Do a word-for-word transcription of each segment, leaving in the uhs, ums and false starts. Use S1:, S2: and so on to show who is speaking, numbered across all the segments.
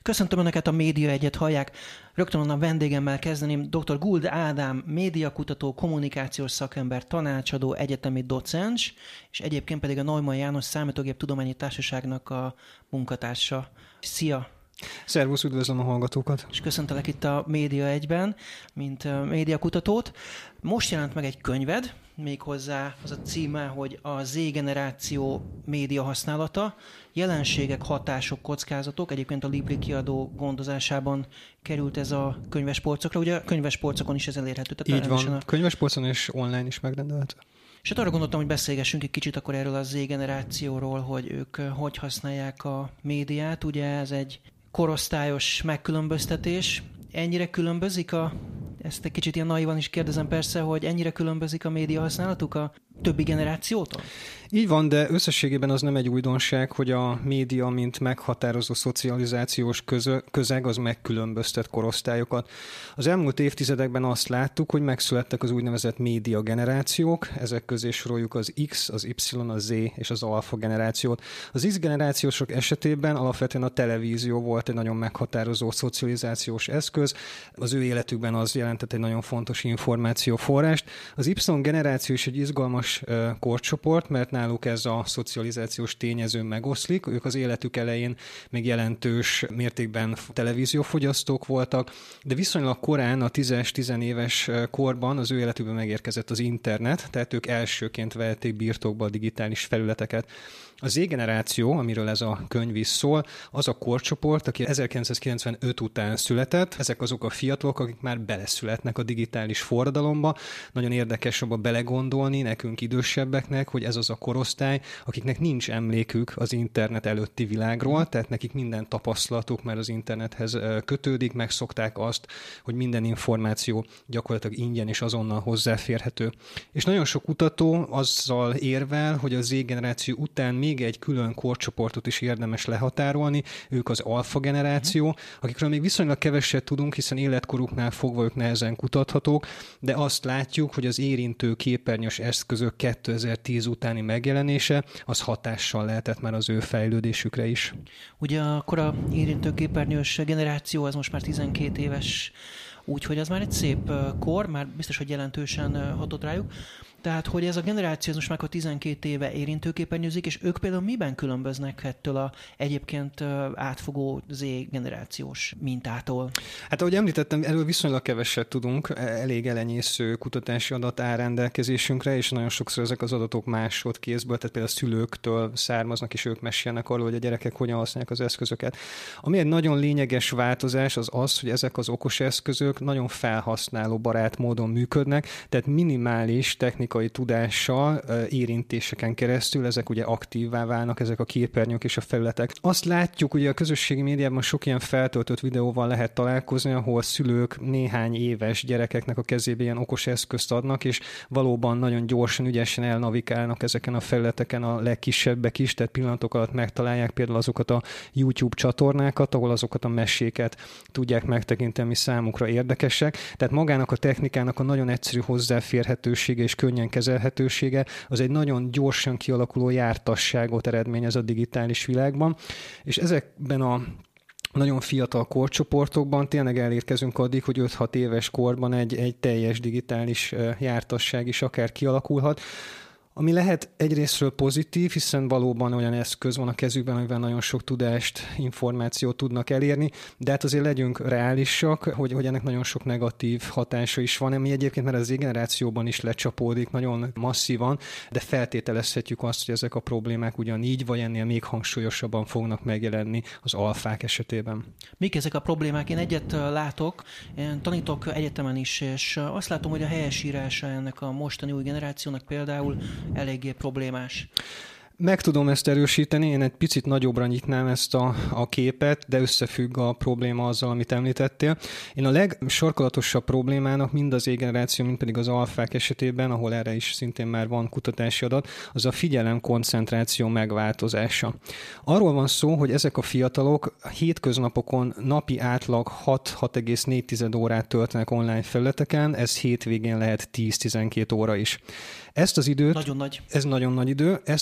S1: Köszöntöm Önöket, a Média Egyet hallják. Rögtön onnan vendégemmel kezdeném. doktor Guld Ádám, médiakutató, kommunikációs szakember, tanácsadó, egyetemi docens, és egyébként pedig a Neumann János Számítógéptudományi Társaságnak a munkatársa. Szia!
S2: Szervusz, üdvözlöm a hallgatókat!
S1: És köszöntelek itt a Média Egyben, mint médiakutatót. Most jelent meg egy könyved, méghozzá az a címe, hogy a Z-generáció média használata, jelenségek, hatások, kockázatok. Egyébként a Libri kiadó gondozásában került ez a könyvespolcokra. Ugye a könyvespolcokon is ez elérhető.
S2: Tehát így van, a... könyvespolcon és online is megrendelhető.
S1: És hát arra gondoltam, hogy beszélgessünk egy kicsit akkor erről a Z-generációról, hogy ők hogy használják a médiát. Ugye ez egy korosztályos megkülönböztetés. Ennyire különbözik a... Ezt egy kicsit ilyen naivan is kérdezem persze, hogy ennyire különbözik a média használatuk a többi generációtól?
S2: Így van, de összességében az nem egy újdonság, hogy a média, mint meghatározó szocializációs közeg, az megkülönböztet korosztályokat. Az elmúlt évtizedekben azt láttuk, hogy megszülettek az úgynevezett média generációk, ezek közé soroljuk az X, az Y, a Z és az alfa generációt. Az X generációsok esetében alapvetően a televízió volt egy nagyon meghatározó szocializációs eszköz, az ő életükben az jelentett egy nagyon fontos információforrást. Az Y generáció is egy izgalmas korcsoport, mert náluk ez a szocializációs tényező megoszlik. Ők az életük elején még jelentős mértékben televíziófogyasztók voltak, de viszonylag korán, a tízes-tizenéves korban az ő életükben megérkezett az internet, tehát ők elsőként vehették birtokba a digitális felületeket. A Z-generáció, amiről ez a könyv is szól, az a korcsoport, aki ezerkilencszázkilencvenöt után született. Ezek azok a fiatalok, akik már beleszületnek a digitális forradalomba. Nagyon érdekes abba belegondolni nekünk idősebbeknek, hogy ez az a korosztály, akiknek nincs emlékük az internet előtti világról, tehát nekik minden tapasztalatuk már az internethez kötődik, megszokták azt, hogy minden információ gyakorlatilag ingyen és azonnal hozzáférhető. És nagyon sok kutató azzal érvel, hogy a Z-generáció után még még egy külön korcsoportot is érdemes lehatárolni, ők az alfa generáció, akikről még viszonylag keveset tudunk, hiszen életkoruknál fogva ők nehezen kutathatók, de azt látjuk, hogy az érintő képernyős eszközök kétezer-tíz utáni megjelenése, az hatással lehetett már az ő fejlődésükre is.
S1: Ugye akkor a érintő képernyős generáció, az most már tizenkét éves, úgyhogy az már egy szép kor, már biztos, hogy jelentősen hatott rájuk. Tehát, hogy ez a generáció ez most már a tizenkét éve érintőképernyőzik, és ők például miben különböznek ettől a egyébként átfogó Z-generációs mintától?
S2: Hát ahogy említettem, erről viszonylag keveset tudunk, elég elenyésző kutatási adat áll rendelkezésünkre, és nagyon sokszor ezek az adatok másodkézből, tehát például a szülőktől származnak, és ők mesélnek arról, hogy a gyerekek hogyan használják az eszközöket. Ami egy nagyon lényeges változás az az, hogy ezek az okos eszközök nagyon felhasználó barát módon működnek, tehát minimális technikai tudással, érintéseken keresztül ezek ugye aktívvá válnak, ezek a képernyők és a felületek. Azt látjuk, hogy a közösségi médiában sok ilyen feltöltött videóval lehet találkozni, ahol szülők néhány éves gyerekeknek a kezébe ilyen okos eszközt adnak, és valóban nagyon gyorsan, ügyesen elnavigálnak ezeken a felületeken a legkisebbek is, tehát pillanatok alatt megtalálják például azokat a YouTube csatornákat, ahol azokat a meséket tudják megtekinteni, ami számukra érdekesek. Tehát magának a technikának a nagyon egyszerű hozzáférhetősége és könnyen kezelhetősége, az egy nagyon gyorsan kialakuló jártasságot eredményez a digitális világban, és ezekben a nagyon fiatal korcsoportokban tényleg elérkezünk addig, hogy öt-hat éves korban egy, egy teljes digitális jártasság is akár kialakulhat, ami lehet egyrésztről pozitív, hiszen valóban olyan eszköz van a kezükben, amivel nagyon sok tudást, információt tudnak elérni, de hát azért legyünk reálisak, hogy, hogy ennek nagyon sok negatív hatása is van, ami egyébként már az Z-generációban is lecsapódik nagyon masszívan, de feltételezhetjük azt, hogy ezek a problémák ugyanígy, vagy ennél még hangsúlyosabban fognak megjelenni az alfák esetében.
S1: Mik ezek a problémák? Én egyet látok, én tanítok egyetemen is, és azt látom, hogy a helyesírása ennek a mostani új generációnak például eléggé problémás.
S2: Meg tudom ezt erősíteni, én egy picit nagyobbra nyitnám ezt a, a képet, de összefügg a probléma azzal, amit említettél. Én a legsarkolatosabb problémának mind az Z-generáció, mind pedig az alfák esetében, ahol erre is szintén már van kutatási adat, az a figyelem koncentráció megváltozása. Arról van szó, hogy ezek a fiatalok hétköznapokon napi átlag hat-hat egész négy órát töltenek online felületeken, ez hétvégén lehet tíz-tizenkét óra is. Ezt az időt,
S1: nagyon nagy.
S2: Ez nagyon nagy idő, ezt az időt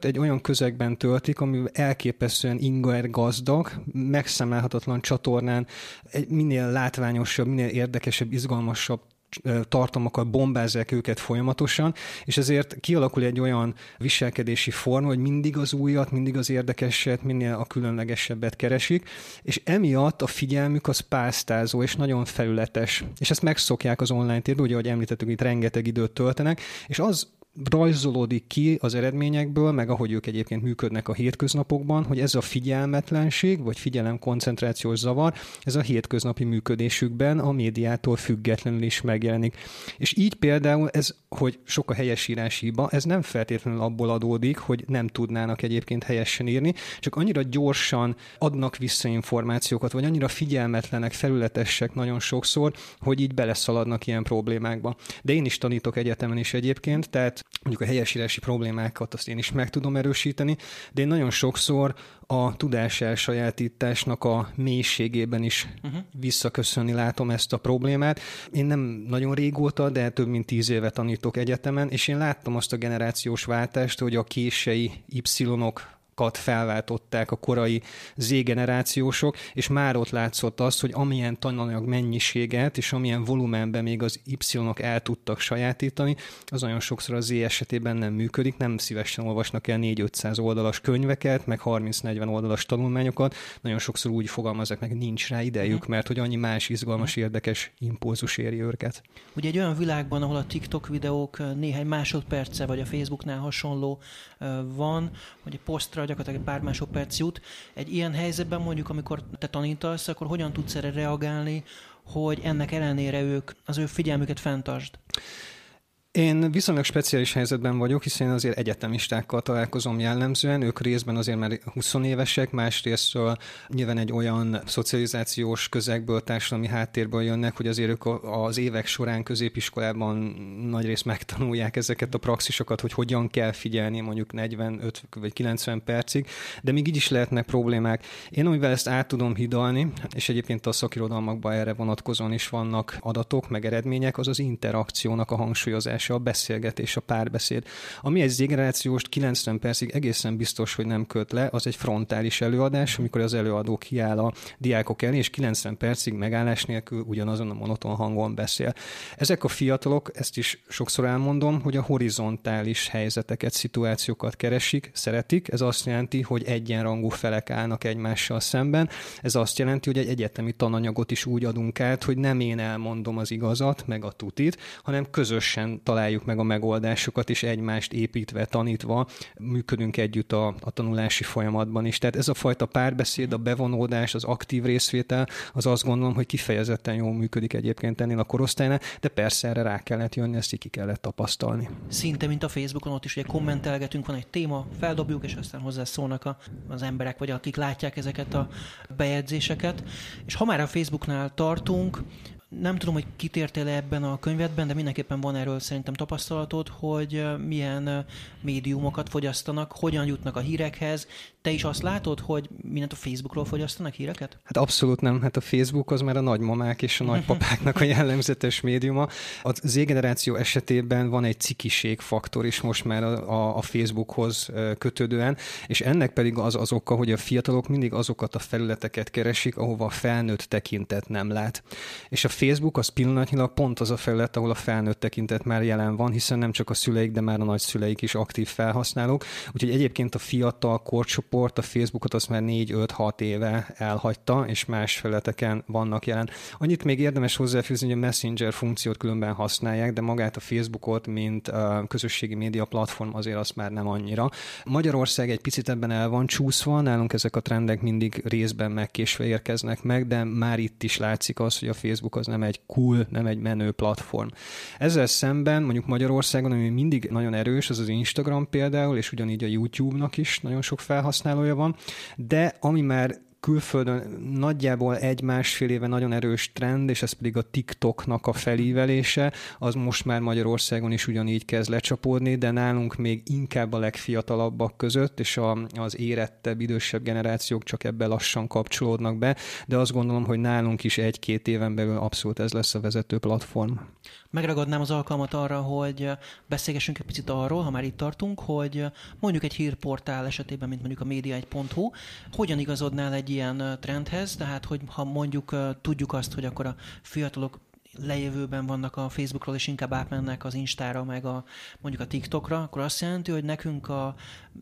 S2: időt egy olyan közegben töltik, ami elképesztően inger gazdag, megszemelhetetlen csatornán egy minél látványosabb, minél érdekesebb, izgalmasabb tartalmakkal bombázzák őket folyamatosan, és ezért kialakul egy olyan viselkedési forma, hogy mindig az újat, mindig az érdekeset, minél a különlegesebbet keresik, és emiatt a figyelmük az pásztázó és nagyon felületes. És ezt megszokják az online térben, ugye, ahogy említettük, itt rengeteg időt töltenek, és az rajzolódik ki az eredményekből, meg ahogy ők egyébként működnek a hétköznapokban, hogy ez a figyelmetlenség, vagy figyelemkoncentrációs zavar, ez a hétköznapi működésükben a médiától függetlenül is megjelenik. És így például ez, hogy sok a helyesírási hiba, ez nem feltétlenül abból adódik, hogy nem tudnának egyébként helyesen írni, csak annyira gyorsan adnak vissza információkat, vagy annyira figyelmetlenek, felületesek nagyon sokszor, hogy így beleszaladnak ilyen problémákba. De én is tanítok egyetemen is egyébként, tehát mondjuk a helyesírási problémákat azt én is meg tudom erősíteni, de én nagyon sokszor a tudás elsajátításnak a mélységében is uh-huh. visszaköszönni látom ezt a problémát. Én nem nagyon régóta, de több mint tíz éve tanítok egyetemen, és én láttam azt a generációs váltást, hogy a kései Y-ok felváltották a korai Z-generációsok, és már ott látszott az, hogy amilyen tananyag mennyiséget és amilyen volumenben még az Y-ok el tudtak sajátítani, az nagyon sokszor a Z esetében nem működik, nem szívesen olvasnak el négy-ötszáz oldalas könyveket, meg harminc-negyven oldalas tanulmányokat, nagyon sokszor úgy fogalmazzák meg, nincs rá idejük, mert hogy annyi más izgalmas, érdekes impulzus éri őket.
S1: Ugye egy olyan világban, ahol a TikTok videók néhány másodperce, vagy a Facebooknál hasonló van, hogy a posztra gyakorlatilag pár másodperc jut. Egy ilyen helyzetben mondjuk, amikor te tanítasz, akkor hogyan tudsz erre reagálni, hogy ennek ellenére ők, az ő figyelmüket fenntartsd?
S2: Én viszonylag speciális helyzetben vagyok, hiszen én azért egyetemistákkal találkozom jellemzően, ők részben azért már húsz évesek, másrésztről nyilván egy olyan szocializációs közegből, társadalmi háttérből jönnek, hogy azért ők az évek során középiskolában nagyrészt megtanulják ezeket a praxisokat, hogy hogyan kell figyelni mondjuk negyvenöt vagy kilencven percig, de még így is lehetnek problémák. Én amivel ezt át tudom hidalni, és egyébként a szakirodalmakban erre vonatkozóan is vannak adatok, meg eredmények, az az interakciónak a hangsúlyozás, a beszélgetés, a párbeszéd. Ami egy Z-generációst kilencven percig egészen biztos, hogy nem köt le, az egy frontális előadás, amikor az előadó kiáll a diákok elé, és kilencven percig megállás nélkül ugyanazon a monoton hangon beszél. Ezek a fiatalok, ezt is sokszor elmondom, hogy a horizontális helyzeteket, szituációkat keresik, szeretik. Ez azt jelenti, hogy egyenrangú felek állnak egymással szemben. Ez azt jelenti, hogy egy egyetemi tananyagot is úgy adunk át, hogy nem én elmondom az igazat, meg a tutit, hanem közösen találjuk meg a megoldásokat, és egymást építve, tanítva működünk együtt a, a tanulási folyamatban is. Tehát ez a fajta párbeszéd, a bevonódás, az aktív részvétel, az azt gondolom, hogy kifejezetten jól működik egyébként ennél a korosztálynál, de persze erre rá kellett jönni, ezt ki kellett tapasztalni.
S1: Szinte, mint a Facebookon, ott is ugye kommentelgetünk, van egy téma, feldobjuk, és aztán hozzászólnak a, az emberek, vagy akik látják ezeket a bejegyzéseket. És ha már a Facebooknál tartunk, nem tudom, hogy kitértél ebben a könyvedben, de mindenképpen van erről szerintem tapasztalatod, hogy milyen médiumokat fogyasztanak, hogyan jutnak a hírekhez. Te is azt látod, hogy mindent a Facebookról fogyasztanak híreket?
S2: Hát abszolút nem. Hát a Facebook az már a nagymamák és a nagypapáknak a jellemzetes médiuma. A Z-generáció esetében van egy cikiségfaktor is most már a, a Facebookhoz kötődően, és ennek pedig az az oka, hogy a fiatalok mindig azokat a felületeket keresik, ahova a felnőtt tekintet nem lát. És a Facebook az pillanatnyilag pont az a felület, ahol a felnőtt tekintet már jelen van, hiszen nem csak a szüleik, de már a nagyszüleik is aktív felhasználók. Úgyhogy egyébként a fiatal korcsoport a Facebookot azt már négy-öt-hat éve elhagyta, és más felületeken vannak jelen. Annyit még érdemes hozzáfűzni, hogy a Messenger funkciót különben használják, de magát a Facebookot, mint a közösségi média platform azért azt már nem annyira. Magyarország egy picit ebben el van csúszva, nálunk ezek a trendek mindig részben megkésve érkeznek meg, de már itt is látszik az, hogy a Facebook az nem egy cool, nem egy menő platform. Ezzel szemben mondjuk Magyarországon, ami mindig nagyon erős, az az Instagram például, és ugyanígy a YouTube-nak is nagyon sok felhasználója van, de ami már külföldön nagyjából egy-másfél éve nagyon erős trend, és ez pedig a TikToknak a felívelése, az most már Magyarországon is ugyanígy kezd lecsapódni, de nálunk még inkább a legfiatalabbak között, és a, az érettebb, idősebb generációk csak ebbe lassan kapcsolódnak be, de azt gondolom, hogy nálunk is egy-két éven belül abszolút ez lesz a vezető platform.
S1: Megragadnám az alkalmat arra, hogy beszélgessünk egy picit arról, ha már itt tartunk, hogy mondjuk egy hírportál esetében, mint mondjuk a média egy pont hu, hogyan igazodnál egy ilyen trendhez, tehát hogy ha mondjuk tudjuk azt, hogy akkor a fiatalok lejövőben vannak a Facebookról, és inkább átmennek az Instára, meg a, mondjuk a TikTokra, akkor azt jelenti, hogy nekünk a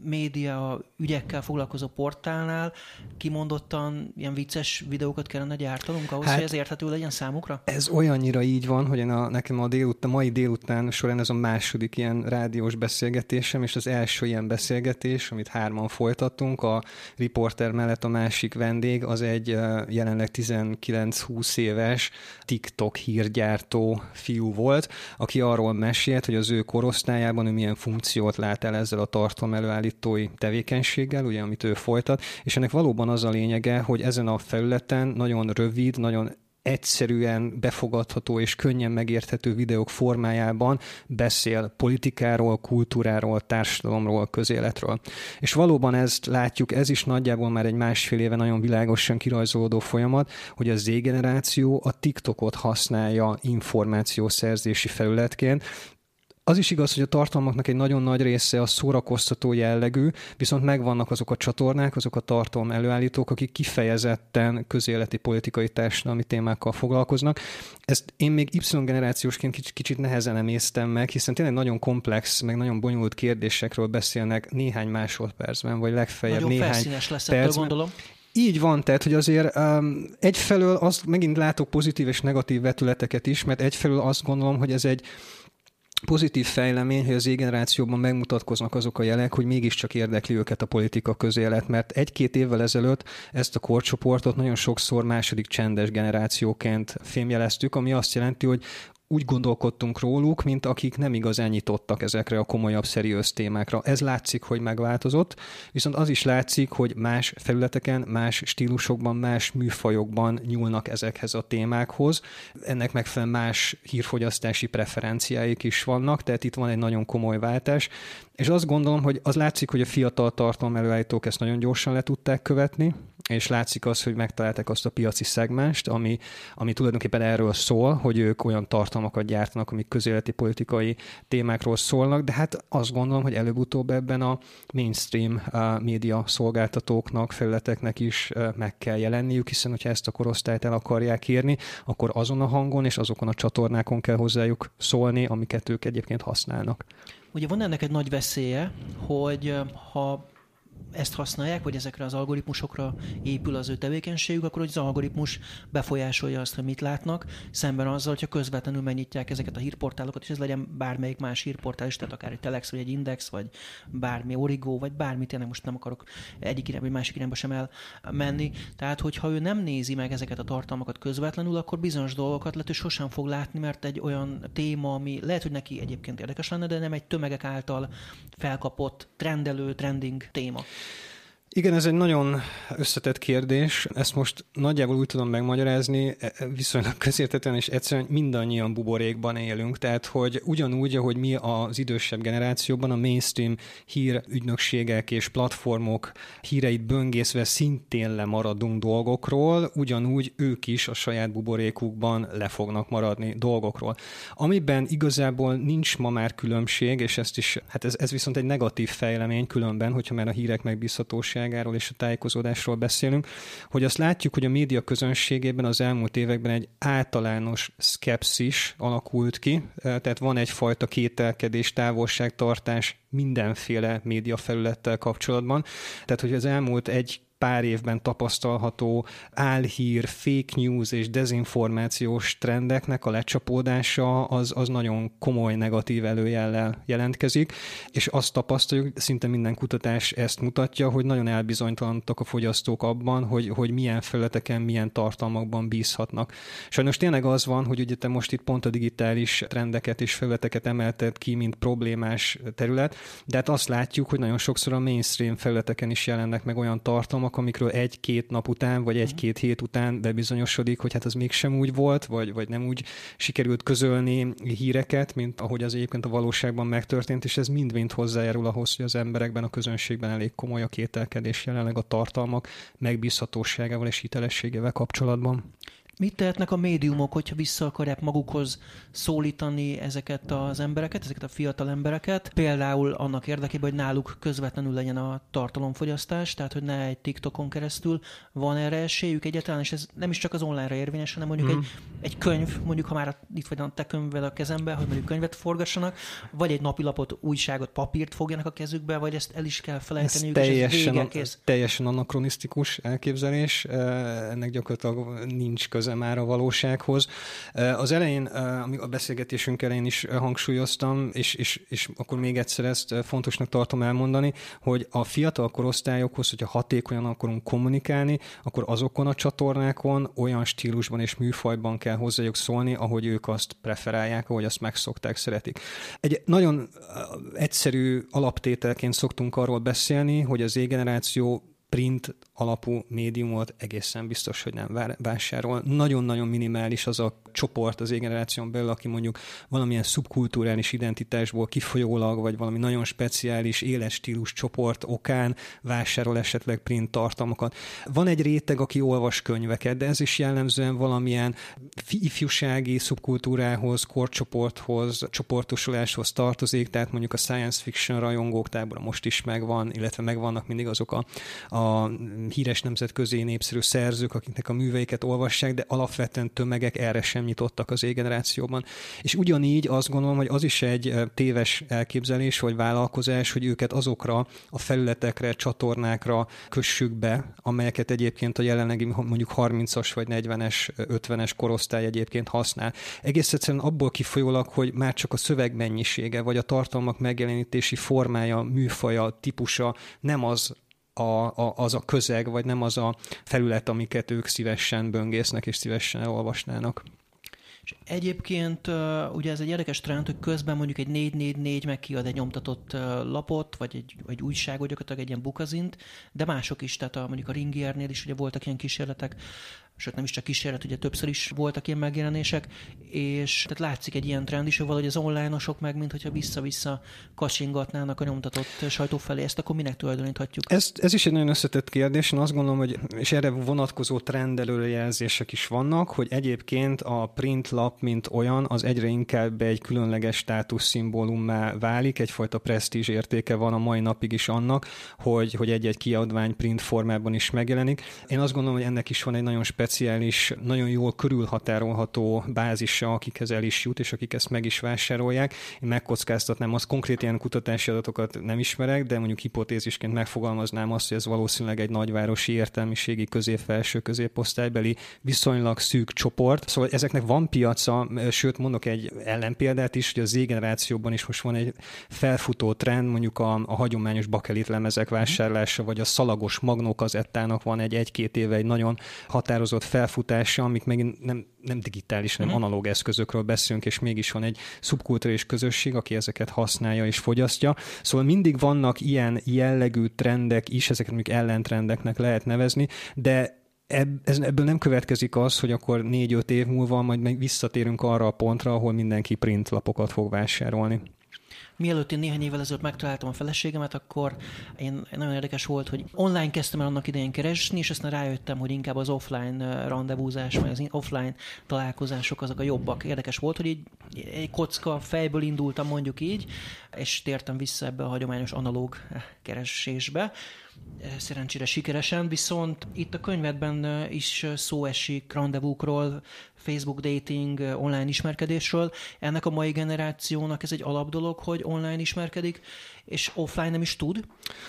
S1: média ügyekkel foglalkozó portálnál kimondottan ilyen vicces videókat kellene gyártanunk ahhoz, hát, hogy ez érthető legyen számukra?
S2: Ez olyannyira így van, hogy én a, nekem a, délután, a mai délután során ez a második ilyen rádiós beszélgetésem, és az első ilyen beszélgetés, amit hárman folytattunk, a riporter mellett a másik vendég, az egy jelenleg tizenkilenc-húsz éves TikTok hírgyártó fiú volt, aki arról mesélt, hogy az ő korosztályában ő milyen funkciót lát el ezzel a tartalom előállítói tevékenységgel, ugye, amit ő folytat, és ennek valóban az a lényege, hogy ezen a felületen nagyon rövid, nagyon egyszerűen befogadható és könnyen megérthető videók formájában beszél politikáról, kultúráról, társadalomról, közéletről. És valóban ezt látjuk, ez is nagyjából már egy másfél éve nagyon világosan kirajzolódó folyamat, hogy a Z-generáció a TikTokot használja információszerzési felületként. Az is igaz, hogy a tartalmaknak egy nagyon nagy része a szórakoztató jellegű, viszont megvannak azok a csatornák, azok a tartalom előállítók, akik kifejezetten közéleti, politikai, társadalmi témákkal foglalkoznak. Ezt én még Y-generációsként kicsit, kicsit nehezen emésztem meg, hiszen tényleg nagyon komplex, meg nagyon bonyolult kérdésekről beszélnek néhány másodpercben, vagy legfeljebb
S1: nagyon
S2: néhány
S1: felszínes lesz
S2: percben.
S1: Ebből, gondolom.
S2: Így van, tehát, hogy azért um, egyfelől azt megint látok pozitív és negatív vetületeket is, mert egyfelől azt gondolom, hogy ez egy pozitív fejlemény, hogy az Z-generációban megmutatkoznak azok a jelek, hogy mégiscsak érdekli őket a politika közélet, mert egy-két évvel ezelőtt ezt a korcsoportot nagyon sokszor második csendes generációként fémjeleztük, ami azt jelenti, hogy úgy gondolkodtunk róluk, mint akik nem igazán nyitottak ezekre a komolyabb, szeriős témákra. Ez látszik, hogy megváltozott, viszont az is látszik, hogy más felületeken, más stílusokban, más műfajokban nyúlnak ezekhez a témákhoz. Ennek megfelelően más hírfogyasztási preferenciáik is vannak, tehát itt van egy nagyon komoly váltás. És azt gondolom, hogy az látszik, hogy a fiatal tartalom előállítók ezt nagyon gyorsan le tudták követni, és látszik az, hogy megtalálták azt a piaci szegmenst, ami, ami tulajdonképpen erről szól, hogy ők olyan tartalmakat gyártanak, amik közéleti politikai témákról szólnak, de hát azt gondolom, hogy előbb-utóbb ebben a mainstream a média szolgáltatóknak, felületeknek is meg kell jelenniük, hiszen hogyha ezt a korosztályt el akarják érni, akkor azon a hangon és azokon a csatornákon kell hozzájuk szólni, amiket ők egyébként használnak.
S1: Ugye van ennek egy nagy veszélye, hogy ha ezt használják, vagy ezekre az algoritmusokra épül az ő tevékenységük, akkor hogy az algoritmus befolyásolja azt, hogy mit látnak, szemben azzal, hogyha közvetlenül megnyitják ezeket a hírportálokat, és ez legyen bármelyik más hírportál is, tehát akár egy Telex, vagy egy Index, vagy bármi Origo, vagy bármit, tényleg most nem akarok egyik irányba, vagy másik irányba sem elmenni. Tehát, hogyha ő nem nézi meg ezeket a tartalmakat közvetlenül, akkor bizonyos dolgokat lehet, hogy sosem fog látni, mert egy olyan téma, ami lehet, hogy neki egyébként érdekes lenne, de nem egy tömegek által felkapott, trendelő, trending téma.
S2: Igen, ez egy nagyon összetett kérdés. Ezt most nagyjából úgy tudom megmagyarázni, viszonylag közérthetően és egyszerűen mindannyian buborékban élünk. Tehát, hogy ugyanúgy, ahogy mi az idősebb generációban a mainstream hírügynökségek és platformok híreit böngészve szintén lemaradunk dolgokról, ugyanúgy ők is a saját buborékukban le fognak maradni dolgokról. Amiben igazából nincs ma már különbség, és ezt is, hát ez, ez viszont egy negatív fejlemény különben, hogyha már a hírek megbízhatóság és a tájékozódásról beszélünk, hogy azt látjuk, hogy a média közönségében az elmúlt években egy általános szkepszis alakult ki, tehát van egyfajta kételkedés, távolságtartás mindenféle médiafelülettel kapcsolatban. Tehát, hogy az elmúlt egy pár évben tapasztalható álhír, fake news és dezinformációs trendeknek a lecsapódása az, az nagyon komoly negatív előjellel jelentkezik, és azt tapasztaljuk, szinte minden kutatás ezt mutatja, hogy nagyon elbizonytalanodtak a fogyasztók abban, hogy, hogy milyen felületeken, milyen tartalmakban bízhatnak. Sajnos tényleg az van, hogy ugye te most itt pont a digitális trendeket és felületeket emelted ki, mint problémás terület, de hát azt látjuk, hogy nagyon sokszor a mainstream felületeken is jelennek meg olyan tartalmak, tartalmak, amikről egy-két nap után, vagy egy-két hét után bebizonyosodik, hogy hát az mégsem úgy volt, vagy, vagy nem úgy sikerült közölni híreket, mint ahogy az egyébként a valóságban megtörtént, és ez mind-mind hozzájárul ahhoz, hogy az emberekben, a közönségben elég komoly a kételkedés jelenleg a tartalmak megbízhatóságával és hitelességével kapcsolatban.
S1: Mit tehetnek a médiumok, hogyha vissza akarják magukhoz szólítani ezeket az embereket, ezeket a fiatal embereket? Például annak érdekében, hogy náluk közvetlenül legyen a tartalomfogyasztás, tehát hogy ne egy TikTokon keresztül. Van erre esélyük egyáltalán, és ez nem is csak az online-ra érvényes, hanem mondjuk mm. egy, egy könyv, mondjuk ha már itt vagy a te könyvvel a kezembe, hogy mondjuk könyvet forgassanak, vagy egy napilapot, újságot, papírt fogjanak a kezükbe, vagy ezt el is kell felejteniük,
S2: ez
S1: és
S2: teljesen,
S1: ez vége, kész.
S2: Teljesen anakronisztikus elképzelés, ennek gyakorlatilag nincs köze már a valósághoz. Az elején, a beszélgetésünk elején is hangsúlyoztam, és, és, és akkor még egyszer ezt fontosnak tartom elmondani, hogy a fiatal korosztályokhoz, hogyha hatékonyan akarunk kommunikálni, akkor azokon a csatornákon olyan stílusban és műfajban kell hozzájuk szólni, ahogy ők azt preferálják, ahogy azt megszokták, szeretik. Egy nagyon egyszerű alaptételként szoktunk arról beszélni, hogy az Z-generáció print alapú médiumot egészen biztos, hogy nem vásárol. Nagyon-nagyon minimális az a csoport az Z-generáción belül, aki mondjuk valamilyen szubkulturális identitásból kifolyólag, vagy valami nagyon speciális életstílus csoport okán vásárol esetleg print tartalmakat. Van egy réteg, aki olvas könyveket, de ez is jellemzően valamilyen ifjúsági szubkultúrához, korcsoporthoz, csoportosuláshoz tartozik, tehát mondjuk a science fiction rajongók tábora most is megvan, illetve megvannak mindig azok a, a híres nemzetközi népszerű szerzők, akiknek a műveiket olvassák, de alapvetően tömegek erre sem nyitottak az Z-generációban. És ugyanígy azt gondolom, hogy az is egy téves elképzelés vagy vállalkozás, hogy őket azokra a felületekre, csatornákra kössük be, amelyeket egyébként a jelenlegi mondjuk harmincas vagy negyvenes, ötvenes korosztály egyébként használ. Egész egyszerűen abból kifolyólag, hogy már csak a szöveg mennyisége, vagy a tartalmak megjelenítési formája, műfaja, típusa nem az, A, a, az a közeg, vagy nem az a felület, amiket ők szívesen böngésznek és szívesen elolvasnának.
S1: És egyébként ugye ez egy érdekes trend, hogy közben mondjuk egy négy négy négy megkiad egy nyomtatott lapot, vagy egy, egy újságot, gyakorlatilag egy ilyen bukazint, de mások is, tehát a, mondjuk a Ringiernél is ugye voltak ilyen kísérletek, sőt nem is csak kísérlet, ugye többször is voltak ilyen megjelenések, és tehát látszik egy ilyen trend is, hogy valahogy az online-osok meg, mint hogyha vissza-vissza kacsingatnának a nyomtatott sajtó felé. Ezt akkor minek tulajdoníthatjuk?
S2: Ez, ez is egy nagyon összetett kérdés. Én azt gondolom, hogy, és erre vonatkozó trend előrejelzések is vannak, hogy egyébként a printlap, mint olyan, az egyre inkább egy különleges státuszszimbólummá válik, egyfajta presztízs értéke van a mai napig is annak, hogy, hogy egy-egy kiadvány print formában is megjelenik. Én azt gondolom, hogy ennek is van egy nagyon speciális, nagyon jól körülhatárolható bázisa, akikhez el is jut, és akik ezt meg is vásárolják. Én megkockáztatnám, azt konkrét ilyen kutatási adatokat nem ismerek, de mondjuk hipotézisként megfogalmaznám azt, hogy ez valószínűleg egy nagyvárosi értelmiségi közép-felső középosztálybeli viszonylag szűk csoport. Szóval ezeknek van piaca, sőt mondok egy ellenpéldát is, hogy a Z-generációban is most van egy felfutó trend, mondjuk a, a hagyományos bakelit lemezek vásárlása, vagy a szalagos magnókazettának van egy egy-két éve egy nagyon határozott felfutása, amik megint nem, nem digitális, hanem uh-huh. analóg eszközökről beszélünk, és mégis van egy szubkulturális közösség, aki ezeket használja és fogyasztja. Szóval mindig vannak ilyen jellegű trendek is, ezeket mondjuk ellentrendeknek lehet nevezni, de ebből nem következik az, hogy akkor négy-öt év múlva majd meg visszatérünk arra a pontra, ahol mindenki printlapokat fog vásárolni.
S1: Mielőtt én néhány évvel ezelőtt megtaláltam a feleségemet, akkor én nagyon érdekes volt, hogy online kezdtem el annak idején keresni, és aztán rájöttem, hogy inkább az offline rendezvúzás, vagy az offline találkozások azok a jobbak. Érdekes volt, hogy így egy kocka fejből indultam mondjuk így, és tértem vissza ebbe a hagyományos analóg keresésbe. Szerencsére sikeresen, viszont itt a könyvedben is szó esik rendezvúkról, Facebook dating, online ismerkedésről. Ennek a mai generációnak ez egy alapdolog, hogy online ismerkedik, és offline nem is tud?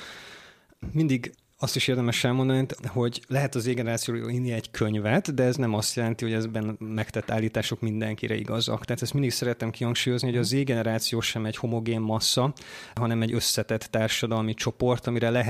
S2: Mindig azt is érdemes elmondani, hogy lehet az Z-generációról írni egy könyvet, de ez nem azt jelenti, hogy ezben megtett állítások mindenkire igazak. Tehát ezt mindig szeretem kihangsúlyozni, hogy a Z-generáció sem egy homogén massza, hanem egy összetett társadalmi csoport, amire lehet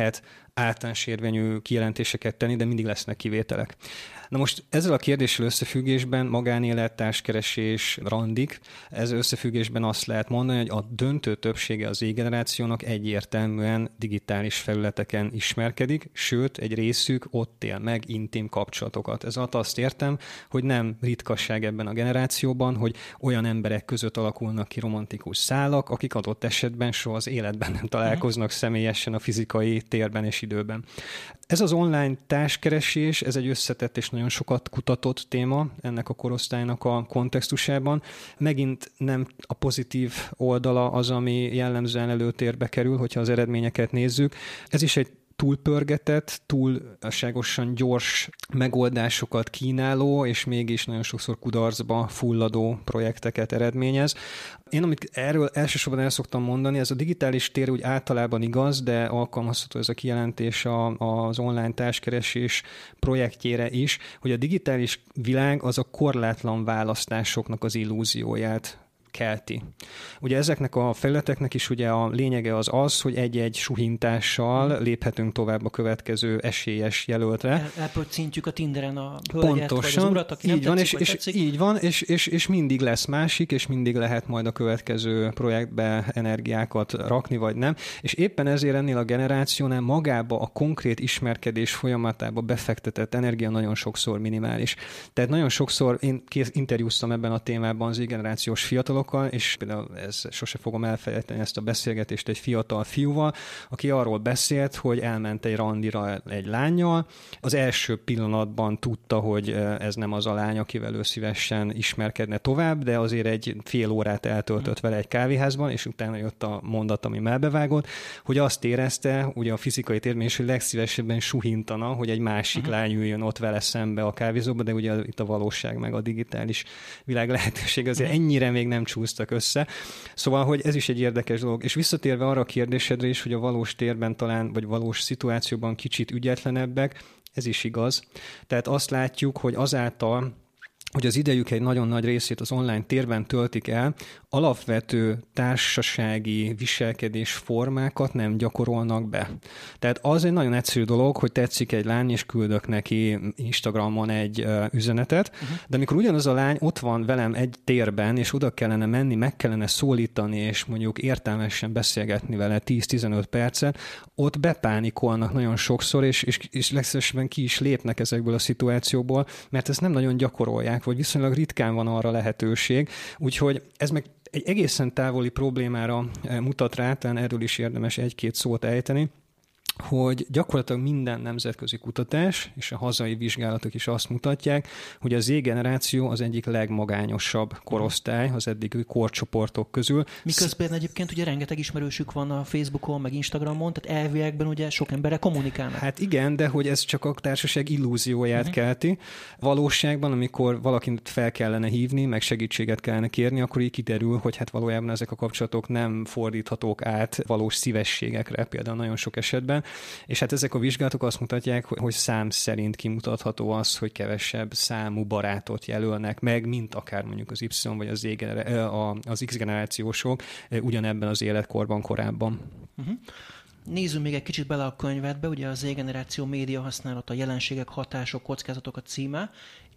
S2: általános érvényű kijelentéseket tenni, de mindig lesznek kivételek. Na most ezzel a kérdéssel összefüggésben magánélet, társkeresés, randik, ezzel összefüggésben azt lehet mondani, hogy a döntő többsége az Z-generációnak egyértelműen digitális felületeken ismerkedik, sőt, egy részük ott él meg intim kapcsolatokat. Ez alatt azt értem, hogy nem ritkaság ebben a generációban, hogy olyan emberek között alakulnak ki romantikus szálak, akik adott esetben soha az életben nem találkoznak személyesen a fizikai térben és időben. Ez az online társkeresés, ez egy összetett és nagyon sokat kutatott téma ennek a korosztálynak a kontextusában. Megint nem a pozitív oldala az, ami jellemzően előtérbe kerül, hogyha az eredményeket nézzük. Ez is egy túlpörgetett, túlságosan gyors megoldásokat kínáló, és mégis nagyon sokszor kudarcba fulladó projekteket eredményez. Én, amit erről elsősorban el szoktam mondani, ez a digitális tér úgy általában igaz, de alkalmazható ez a kijelentés a, az online társkeresés projektjére is, hogy a digitális világ az a korlátlan választásoknak az illúzióját kelti. Ugye ezeknek a felületeknek is ugye a lényege az az, hogy egy-egy suhintással léphetünk tovább a következő esélyes jelöltre.
S1: El, elpöccintjük a Tinderen a hölgyet, pontosan, vagy az urat, aki
S2: így
S1: nem
S2: van,
S1: tetszik,
S2: és, és így van, és, és, és mindig lesz másik, és mindig lehet majd a következő projektbe energiákat rakni, vagy nem. És éppen ezért ennél a generációnál magába a konkrét ismerkedés folyamatába befektetett energia nagyon sokszor minimális. Tehát nagyon sokszor én interjúztam ebben a témában az Z-generációs fiatalok, és például ez, sose fogom elfelejteni ezt a beszélgetést egy fiatal fiúval, aki arról beszélt, hogy elment egy randira egy lánnyal. Az első pillanatban tudta, hogy ez nem az a lány, akivel ő szívesen ismerkedne tovább, de azért egy fél órát eltöltött vele egy kávéházban, és utána jött a mondat, ami melbevágott, hogy azt érezte, ugye a fizikai térben is, hogy legszívesebben suhintana, hogy egy másik uh-huh. lány üljön ott vele szembe a kávézóba, de ugye itt a valóság meg a digitális világ lehetőség azért uh-huh. ennyire még nem csúsztak össze. Szóval, hogy ez is egy érdekes dolog. És visszatérve arra a kérdésedre is, hogy a valós térben talán, vagy valós szituációban kicsit ügyetlenebbek, ez is igaz. Tehát azt látjuk, hogy azáltal, hogy az idejük egy nagyon nagy részét az online térben töltik el, alapvető társasági viselkedés formákat nem gyakorolnak be. Tehát az egy nagyon egyszerű dolog, hogy tetszik egy lány, és küldök neki Instagramon egy uh, üzenetet, uh-huh. de amikor ugyanaz a lány ott van velem egy térben, és oda kellene menni, meg kellene szólítani, és mondjuk értelmesen beszélgetni vele tíz-tizenöt percet, ott bepánikolnak nagyon sokszor, és, és, és legszívesebben ki is lépnek ezekből a szituációból, mert ezt nem nagyon gyakorolják, vagy viszonylag ritkán van arra lehetőség. Úgyhogy ez meg egy egészen távoli problémára mutat rá, talán erről is érdemes egy-két szót ejteni, hogy gyakorlatilag minden nemzetközi kutatás és a hazai vizsgálatok is azt mutatják, hogy a Z-generáció az egyik legmagányosabb korosztály az eddigi korcsoportok közül.
S1: Miközben egyébként ugye rengeteg ismerősük van a Facebookon, meg Instagramon, tehát elviekben ugye sok emberre kommunikálnak.
S2: Hát igen, de hogy ez csak a társaság illúzióját uh-huh. kelti. Valóságban, amikor valakit fel kellene hívni, meg segítséget kellene kérni, akkor így kiderül, hogy hát valójában ezek a kapcsolatok nem fordíthatók át valós szívességekre, például nagyon sok esetben. És hát ezek a vizsgálatok azt mutatják, hogy szám szerint kimutatható az, hogy kevesebb számú barátot jelölnek meg, mint akár mondjuk az Y vagy az, az X generációsok ugyanebben az életkorban korábban.
S1: Uh-huh. Nézzünk még egy kicsit bele a könyvedbe, ugye a Z-generáció média használata, jelenségek, hatások, kockázatok a címe,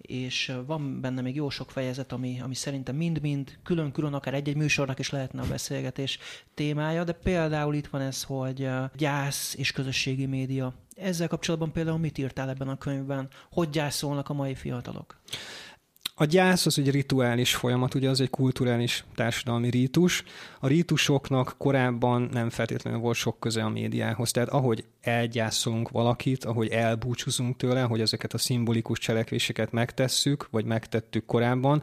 S1: és van benne még jó sok fejezet, ami, ami szerintem mind-mind külön-külön, akár egy-egy műsornak is lehetne a beszélgetés témája, de például itt van ez, hogy gyász és közösségi média. Ezzel kapcsolatban például mit írtál ebben a könyvben? Hogy gyászolnak a mai fiatalok?
S2: A gyász az egy rituális folyamat, ugye az egy kulturális társadalmi rítus. A rítusoknak korábban nem feltétlenül volt sok köze a médiához. Tehát ahogy elgyászolunk valakit, ahogy elbúcsúzunk tőle, hogy ezeket a szimbolikus cselekvéseket megtesszük, vagy megtettük korábban,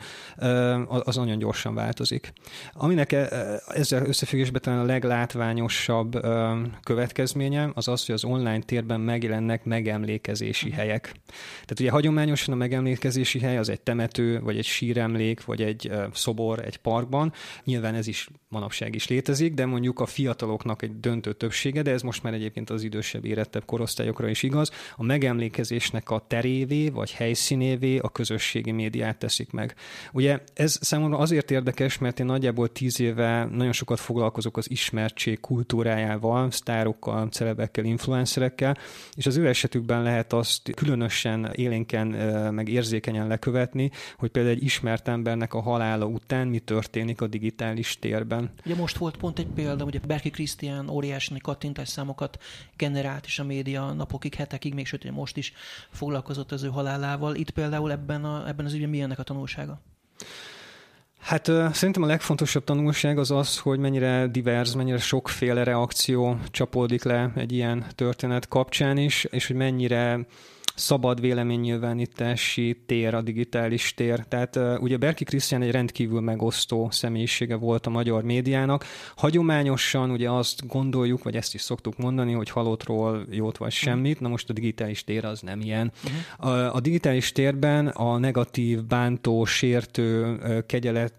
S2: az nagyon gyorsan változik. Aminek ezzel összefüggésben talán a leglátványosabb következménye az az, hogy az online térben megjelennek megemlékezési helyek. Tehát ugye hagyományosan a megemlékezési hely az egy temető, temető, vagy egy síremlék, vagy egy szobor egy parkban. Nyilván ez is manapság is létezik, de mondjuk a fiataloknak egy döntő többsége, de ez most már egyébként az idősebb, érettebb korosztályokra is igaz, a megemlékezésnek a terévé, vagy helyszínévé a közösségi médiát teszik meg. Ugye ez számomra azért érdekes, mert én nagyjából tíz éve nagyon sokat foglalkozok az ismertség kultúrájával, sztárokkal, celebekkel, influencerekkel, és az ő esetükben lehet azt különösen élénken meg érzékenyen lekövetni, hogy például egy ismert embernek a halála után mi történik a digitális térben.
S1: Ugye most volt pont egy példa, hogy Berki Krisztián óriási kattintásszámokat generált, és a média napokig, hetekig, még sőt, most is foglalkozott az ő halálával. Itt például ebben, a, ebben az ügyben mi ennek a tanulsága?
S2: Hát uh, szerintem a legfontosabb tanulság az az, hogy mennyire divers, mennyire sokféle reakció csapódik le egy ilyen történet kapcsán is, és hogy mennyire szabad véleménynyilvánítási tér a digitális tér. Tehát uh, ugye Berki Krisztián egy rendkívül megosztó személyisége volt a magyar médiának. Hagyományosan ugye azt gondoljuk, vagy ezt is szoktuk mondani, hogy halottról jót vagy semmit, na most a digitális tér az nem ilyen. Uh-huh. A, a digitális térben a negatív, bántó, sértő, kegyelet,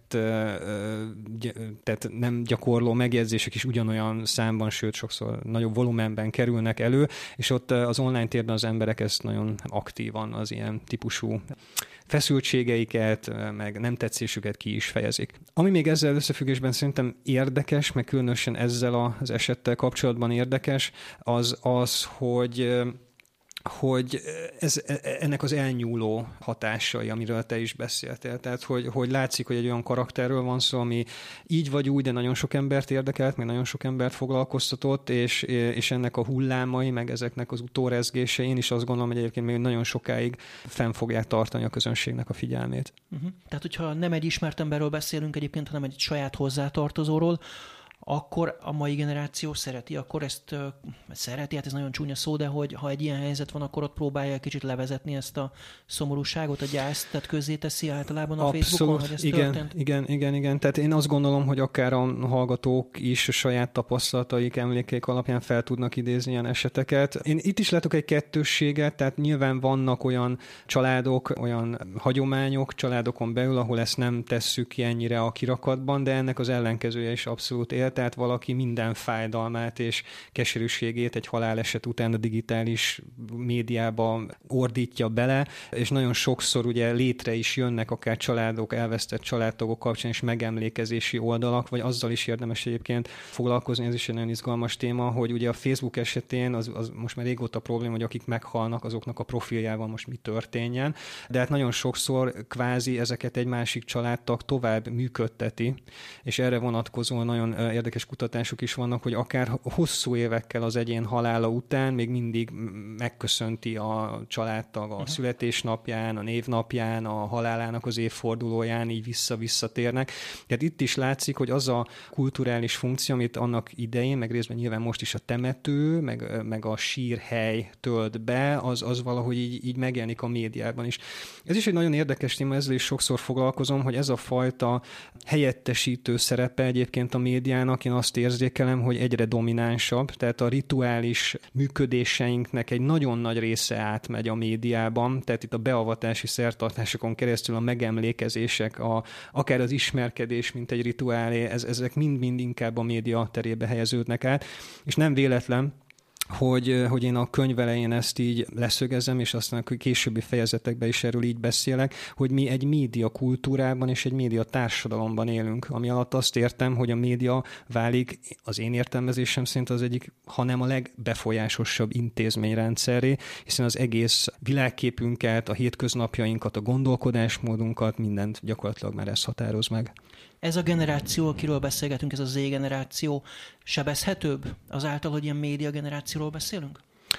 S2: tehát nem gyakorló megjegyzések is ugyanolyan számban, sőt sokszor nagyobb volumenben kerülnek elő, és ott az online térben az emberek ezt nagyon aktívan az ilyen típusú feszültségeiket, meg nem tetszésüket ki is fejezik. Ami még ezzel összefüggésben szerintem érdekes, meg különösen ezzel az esettel kapcsolatban érdekes, az az, hogy hogy ez, ennek az elnyúló hatásai, amiről te is beszéltél. Tehát, hogy, hogy látszik, hogy egy olyan karakterről van szó, ami így vagy úgy, de nagyon sok embert érdekelt, meg nagyon sok embert foglalkoztatott, és, és ennek a hullámai, meg ezeknek az utórezgése, én is azt gondolom, hogy egyébként még nagyon sokáig fenn fogják tartani a közönségnek a figyelmét. Uh-huh.
S1: Tehát, hogyha nem egy ismert emberről beszélünk egyébként, hanem egy saját hozzátartozóról, akkor a mai generáció szereti, akkor ezt uh, szereti, hát ez nagyon csúnya szó, de hogy ha egy ilyen helyzet van, akkor ott próbálja kicsit levezetni ezt a szomorúságot, a gyászt, tehát közzéteszi általában a
S2: Abszolút,
S1: Facebookon, hogy ez
S2: igen,
S1: történt?
S2: Igen, igen, igen. Tehát én azt gondolom, hogy akár a hallgatók is a saját tapasztalataik, emlékeik alapján fel tudnak idézni ilyen eseteket. Én itt is látok egy kettősséget, tehát nyilván vannak olyan családok, olyan hagyományok családokon belül, ahol ezt nem tesszük ki ennyire a kirakatban, de ennek az ellenkezője is abszolút él. Tehát valaki minden fájdalmát és keserűségét egy haláleset után a digitális médiába ordítja bele, és nagyon sokszor ugye létre is jönnek akár családok, elvesztett családtagok kapcsán is megemlékezési oldalak, vagy azzal is érdemes egyébként foglalkozni, ez is egy nagyon izgalmas téma, hogy ugye a Facebook esetén az, az most már régóta probléma, hogy akik meghalnak, azoknak a profiljával most mi történjen, de hát nagyon sokszor kvázi ezeket egy másik családtag tovább működteti, és erre vonatkozóan nagyon érdekes kutatások is vannak, hogy akár hosszú évekkel az egyén halála után még mindig megköszönti a családtag a születésnapján, a névnapján, a halálának az évfordulóján, így vissza-visszatérnek. Tehát itt is látszik, hogy az a kulturális funkció, amit annak idején, meg részben nyilván most is a temető, meg, meg a sírhely tölt be, az, az valahogy így, így megjelenik a médiában is. Ez is egy nagyon érdekes téma, ezzel is sokszor foglalkozom, hogy ez a fajta helyettesítő szerepe egyébként a médiának, én azt érzékelem, hogy egyre dominánsabb, tehát a rituális működéseinknek egy nagyon nagy része átmegy a médiában, tehát itt a beavatási szertartásokon keresztül a megemlékezések, a, akár az ismerkedés, mint egy rituálé, ez, ezek mind-mind inkább a média terébe helyeződnek át, és nem véletlen, Hogy, hogy én a könyv elején ezt így leszögezem, és aztán a későbbi fejezetekben is erről így beszélek, hogy mi egy média kultúrában és egy média társadalomban élünk, ami alatt azt értem, hogy a média válik az én értelmezésem szerint az egyik, hanem a legbefolyásosabb intézményrendszerré, hiszen az egész világképünket, a hétköznapjainkat, a gondolkodásmódunkat, mindent gyakorlatilag már ez határoz meg.
S1: Ez a generáció, akiről beszélgetünk, ez a Z generáció sebezhetőbb azáltal, hogy ilyen média generációról beszélünk?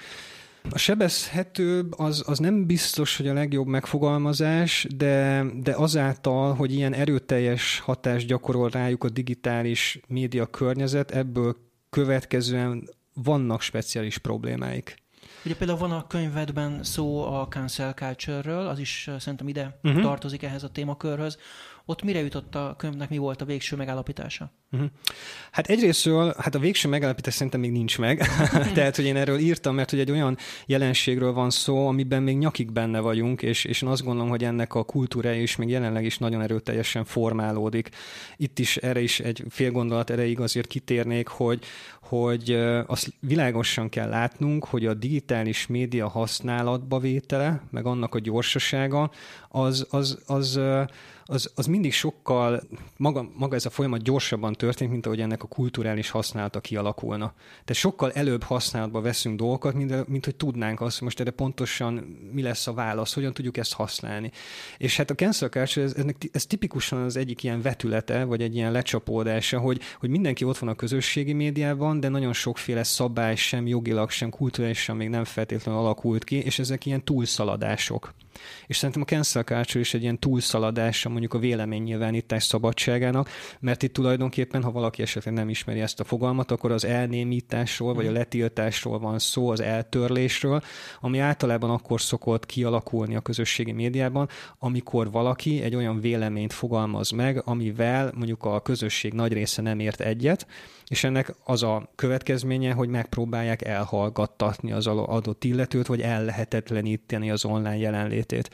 S2: A sebezhetőbb az, az nem biztos, hogy a legjobb megfogalmazás, de, de azáltal, hogy ilyen erőteljes hatást gyakorol rájuk a digitális média környezet, ebből következően vannak speciális problémáik.
S1: Ugye például van a könyvedben szó a cancel culture-ről, az is szerintem ide uh-huh. tartozik ehhez a témakörhöz. Ott mire jutott a könyvnek, mi volt a végső megállapítása?
S2: Uh-huh. Hát egyrésztről, hát a végső megállapítás szerintem még nincs meg. Tehát, hogy én erről írtam, mert hogy egy olyan jelenségről van szó, amiben még nyakig benne vagyunk, és, és én azt gondolom, hogy ennek a kultúrája is még jelenleg is nagyon erőteljesen formálódik. Itt is erre is egy fél gondolat erejéig azért kitérnék, hogy, hogy azt világosan kell látnunk, hogy a digitális média használatba vétele, meg annak a gyorsasága, az, az, az, az, az mindig sokkal, maga, maga ez a folyamat gyorsabban történik, mint ahogy ennek a kulturális használata kialakulna. Tehát sokkal előbb használatba veszünk dolgokat, mint, mint hogy tudnánk azt, hogy most erre pontosan mi lesz a válasz, hogyan tudjuk ezt használni. És hát a cancel culture, ez, ez tipikusan az egyik ilyen vetülete, vagy egy ilyen lecsapódása, hogy, hogy mindenki ott van a közösségi médiában, de nagyon sokféle szabály sem, jogilag sem, kulturálisan még nem feltétlenül alakult ki, és ezek ilyen túlszaladások. És szerintem a cancel culture is egy ilyen túlszaladása mondjuk a véleménynyilvánítás szabadságának, mert itt tulajdonképpen, ha valaki esetleg nem ismeri ezt a fogalmat, akkor az elnémításról, vagy a letiltásról van szó, az eltörlésről, ami általában akkor szokott kialakulni a közösségi médiában, amikor valaki egy olyan véleményt fogalmaz meg, amivel mondjuk a közösség nagy része nem ért egyet, és ennek az a következménye, hogy megpróbálják elhallgattatni az adott illetőt, vagy ellehetetleníteni az online jelenlétét.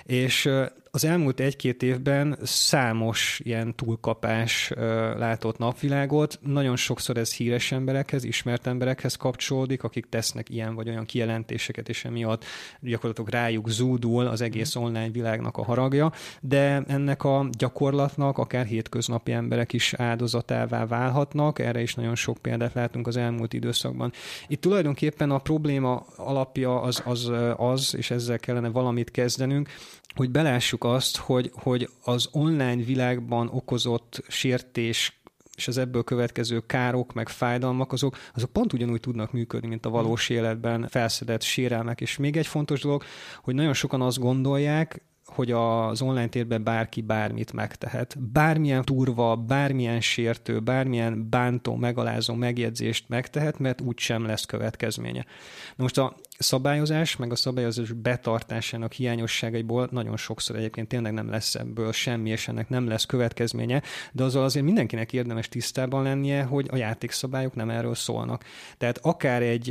S2: És az elmúlt egy-két évben számos ilyen túlkapás látott napvilágot. Nagyon sokszor ez híres emberekhez, ismert emberekhez kapcsolódik, akik tesznek ilyen vagy olyan kijelentéseket, és emiatt gyakorlatilag rájuk zúdul az egész online világnak a haragja, de ennek a gyakorlatnak akár hétköznapi emberek is áldozatává válhatnak, erre is nagyon sok példát látunk az elmúlt időszakban. Itt tulajdonképpen a probléma alapja az az, az és ezzel kellene valamit kezdenünk, hogy belássuk azt, hogy, hogy az online világban okozott sértés és az ebből következő károk, meg fájdalmak, azok, azok pont ugyanúgy tudnak működni, mint a valós életben felszedett sérelmek. És még egy fontos dolog, hogy nagyon sokan azt gondolják, hogy az online térben bárki bármit megtehet. Bármilyen durva, bármilyen sértő, bármilyen bántó, megalázó megjegyzést megtehet, mert úgysem lesz következménye. Na most a szabályozás, meg a szabályozás betartásának hiányosságaiból nagyon sokszor egyébként tényleg nem lesz ebből semmi, és ennek nem lesz következménye, de azzal azért mindenkinek érdemes tisztában lennie, hogy a játékszabályok nem erről szólnak. Tehát akár egy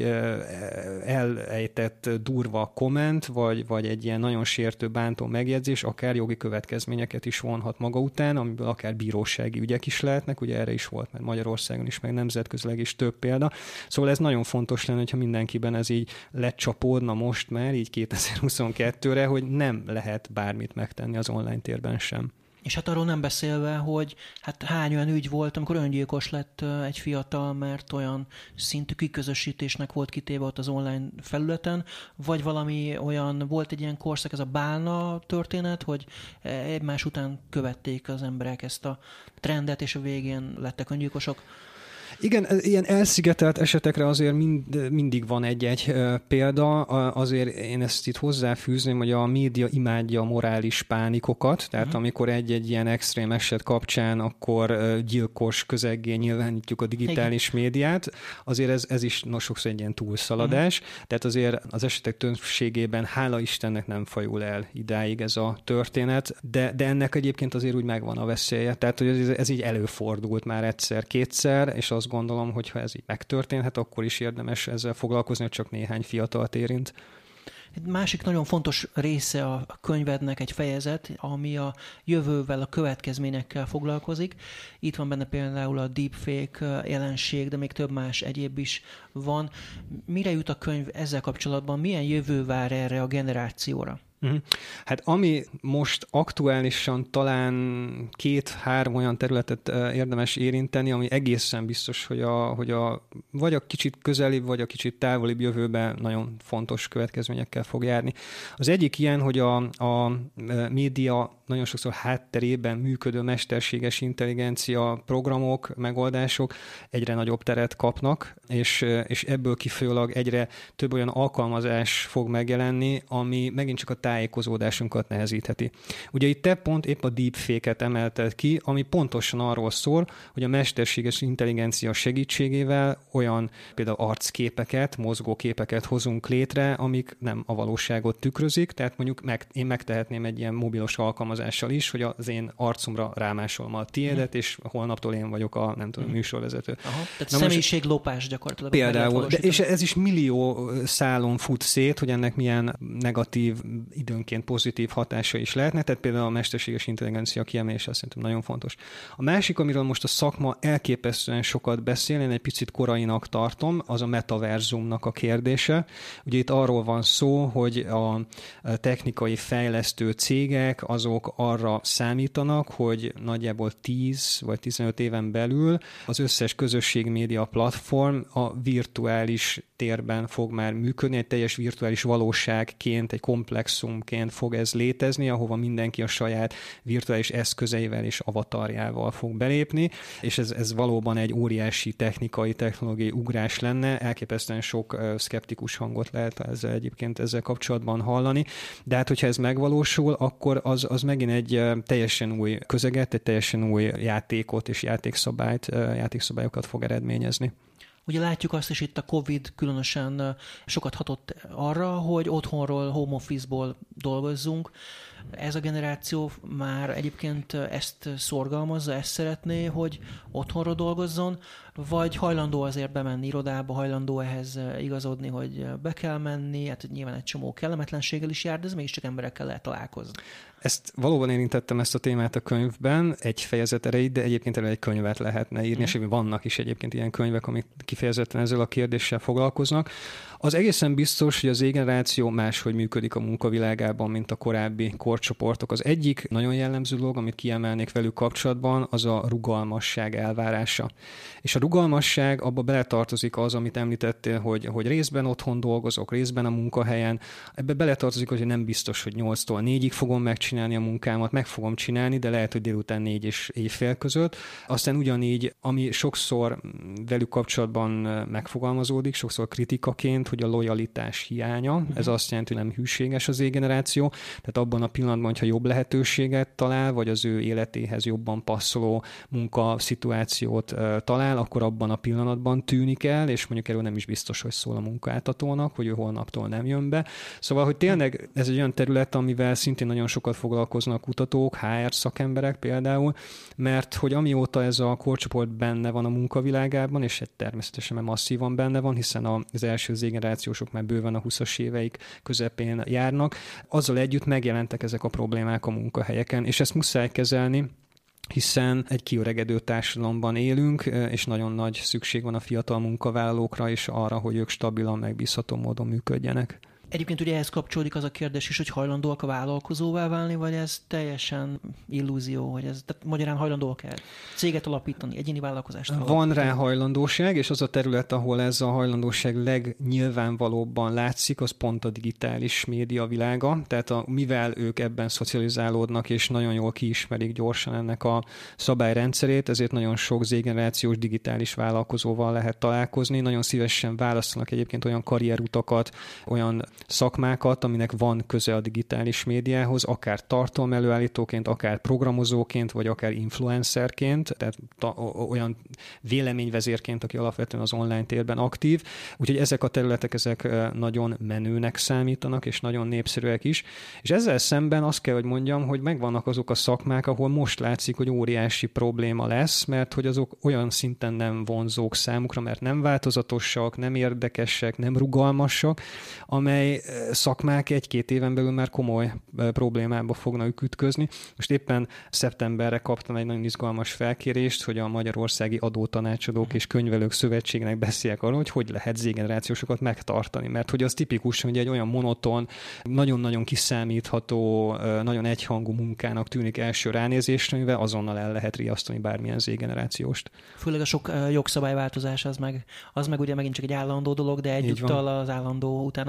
S2: elejtett durva komment, vagy, vagy egy ilyen nagyon sértő, bántó megjegyzés, akár jogi következményeket is vonhat maga után, amiből akár bírósági ügyek is lehetnek, ugye erre is volt, mert Magyarországon is, meg nemzetközileg is több példa. Szóval ez nagyon fontos lenne, hogyha mindenkiben ez így lecsapódna most már, így kétezer-huszonkettőre, hogy nem lehet bármit megtenni az online térben sem.
S1: És hát arról nem beszélve, hogy hát hány olyan ügy volt, amikor öngyilkos lett egy fiatal, mert olyan szintű kiközösítésnek volt kitéve ott az online felületen, vagy valami olyan, volt egy ilyen korszak, ez a bálna történet, hogy egymás után követték az emberek ezt a trendet, és a végén lettek öngyilkosok.
S2: Igen, ilyen elszigetelt esetekre azért mind, mindig van egy-egy példa. Azért én ezt itt hozzáfűzném, hogy a média imádja a morális pánikokat, tehát uh-huh. amikor egy-egy ilyen extrém eset kapcsán, akkor gyilkos közeggé nyilvánítjuk a digitális Igen. médiát. Azért ez, ez is no, sokszor egy ilyen túlszaladás. Uh-huh. Tehát azért az esetek többségében hála Istennek nem fajul el idáig ez a történet, de, de ennek egyébként azért úgy megvan a veszélye. Tehát hogy ez, ez így előfordult már egyszer-kétszer, és azt gondolom, hogy ha ez így megtörténhet, akkor is érdemes ezzel foglalkozni, hogy csak néhány fiatalt érint.
S1: Egy másik nagyon fontos része a könyvednek egy fejezet, ami a jövővel, a következményekkel foglalkozik. Itt van benne például a deepfake jelenség, de még több más egyéb is van. Mire jut a könyv ezzel kapcsolatban? Milyen jövő vár erre a generációra?
S2: Uh-huh. Hát ami most aktuálisan talán két-három olyan területet érdemes érinteni, ami egészen biztos, hogy a, hogy a vagy a kicsit közelibb, vagy a kicsit távolibb jövőben nagyon fontos következményekkel fog járni. Az egyik ilyen, hogy a, a média nagyon sokszor hátterében működő mesterséges intelligencia programok, megoldások egyre nagyobb teret kapnak, és, és ebből kifolyólag egyre több olyan alkalmazás fog megjelenni, ami megint csak a tájékozódásunkat nehezítheti. Ugye itt te pont épp a deepfake-et emelted ki, ami pontosan arról szól, hogy a mesterséges intelligencia segítségével olyan például arcképeket, mozgóképeket hozunk létre, amik nem a valóságot tükrözik, tehát mondjuk meg, én megtehetném egy ilyen mobilos alkalmazással is, hogy az én arcomra rámásolom a tiédet, hmm. és holnaptól én vagyok a, nem tudom, műsorvezető.
S1: Aha, tehát személyiséglopás gyakorlatilag.
S2: Például, de és ez is millió szálon fut szét, hogy ennek milyen negatív, időnként pozitív hatása is lehetne, tehát például a mesterséges intelligencia kiemelése azt szerintem nagyon fontos. A másik, amiről most a szakma elképesztően sokat beszél, én egy picit korainak tartom, az a metaverzumnak a kérdése. Ugye itt arról van szó, hogy a technikai fejlesztő cégek azok arra számítanak, hogy nagyjából tíz vagy tizenöt éven belül az összes közösségmédia platform a virtuális térben fog már működni, egy teljes virtuális valóságként, egy komplexumként fog ez létezni, ahova mindenki a saját virtuális eszközeivel és avatarjával fog belépni, és ez, ez valóban egy óriási technikai, technológiai ugrás lenne, elképesztően sok uh, szkeptikus hangot lehet ezzel egyébként ezzel kapcsolatban hallani, de hát hogyha ez megvalósul, akkor az, az megint egy uh, teljesen új közeget, egy teljesen új játékot és játékszabályt, uh, játékszabályokat fog eredményezni.
S1: Ugye látjuk azt is, itt a Covid különösen sokat hatott arra, hogy otthonról, home office-ból dolgozzunk. Ez a generáció már egyébként ezt szorgalmazza, ezt szeretné, hogy otthonról dolgozzon, vagy hajlandó azért bemenni irodába, hajlandó ehhez igazodni, hogy be kell menni, hát nyilván egy csomó kellemetlenséggel is jár, de ez mégiscsak emberekkel lehet találkozni.
S2: Ezt valóban érintettem ezt a témát a könyvben, egy fejezet erejéig, de egyébként erről egy könyvet lehetne írni, mm. és vannak is egyébként ilyen könyvek, amik kifejezetten ezzel a kérdéssel foglalkoznak. Az egészen biztos, hogy az Z-generáció máshogy működik a munkavilágában, mint a korábbi korcsoportok. Az egyik nagyon jellemző dolog, amit kiemelnék velük kapcsolatban, az a rugalmasság elvárása. És a rugalmasság, abba beletartozik az, amit említettél, hogy, hogy részben otthon dolgozok, részben a munkahelyen. Ebbe beletartozik, hogy nem biztos, hogy nyolctól négyig fogom megcsinálni a munkámat, meg fogom csinálni, de lehet, hogy délután négy és éjfél között. Aztán ugyanígy, ami sokszor velük kapcsolatban megfogalmazódik, sokszor kritikaként, hogy a lojalitás hiánya, uh-huh. ez azt jelenti, hogy nem hűséges az Z-generáció, tehát abban a pillanatban, hogyha jobb lehetőséget talál, vagy az ő életéhez jobban passzoló munkaszituációt uh, talál, akkor abban a pillanatban tűnik el, és mondjuk erről nem is biztos, hogy szól a munkáltatónak, hogy ő holnaptól nem jön be. Szóval, hogy tényleg ez egy olyan terület, amivel szintén nagyon sokat foglalkoznak kutatók, há er szakemberek például, mert hogy amióta ez a korcsoport benne van a munkavilágában, és természetesen masszívan benne van, hiszen az első Z-generációsok már bőven a huszas éveik közepén járnak, azzal együtt megjelentek ezek a problémák a munkahelyeken, és ezt muszáj kezelni, hiszen egy kiöregedő társadalomban élünk, és nagyon nagy szükség van a fiatal munkavállalókra is arra, hogy ők stabilan, megbízható módon működjenek.
S1: Egyébként ugye ehhez kapcsolódik az a kérdés is, hogy hajlandóak a vállalkozóvá válni, vagy ez teljesen illúzió, hogy ez, tehát magyarán hajlandóak-e céget alapítani, egyéni vállalkozást alapítani?
S2: Van rá hajlandóság, és az a terület, ahol ez a hajlandóság legnyilvánvalóbban látszik, az pont a digitális média világa. Tehát a, mivel ők ebben szocializálódnak, és nagyon jól kiismerik gyorsan ennek a szabályrendszerét, ezért nagyon sok Z-generációs digitális vállalkozóval lehet találkozni. Nagyon szívesen választanak egyébként olyan karrierutakat, olyan szakmákat, aminek van köze a digitális médiához, akár tartalmelőállítóként, akár programozóként, vagy akár influencerként, tehát ta, olyan véleményvezérként, aki alapvetően az online térben aktív. Úgyhogy ezek a területek ezek nagyon menőnek számítanak, és nagyon népszerűek is. És ezzel szemben azt kell, hogy mondjam, hogy megvannak azok a szakmák, ahol most látszik, hogy óriási probléma lesz, mert hogy azok olyan szinten nem vonzók számukra, mert nem változatosak, nem érdekesek, nem rugalmasak, amely szakmák egy-két éven belül már komoly problémába fognak ütközni. Most éppen szeptemberre kaptam egy nagyon izgalmas felkérést, hogy a Magyarországi Adótanácsadók és Könyvelők Szövetségnek beszéljek arról, hogy hogy lehet Z-generációsokat megtartani. Mert hogy az tipikus, hogy egy olyan monoton, nagyon-nagyon kiszámítható, nagyon egyhangú munkának tűnik első ránézésre, mivel azonnal el lehet riasztani bármilyen Z-generációst.
S1: Főleg a sok jogszabályváltozás az meg, az meg ugye megint csak egy állandó dolog, de egyúttal az állandó utána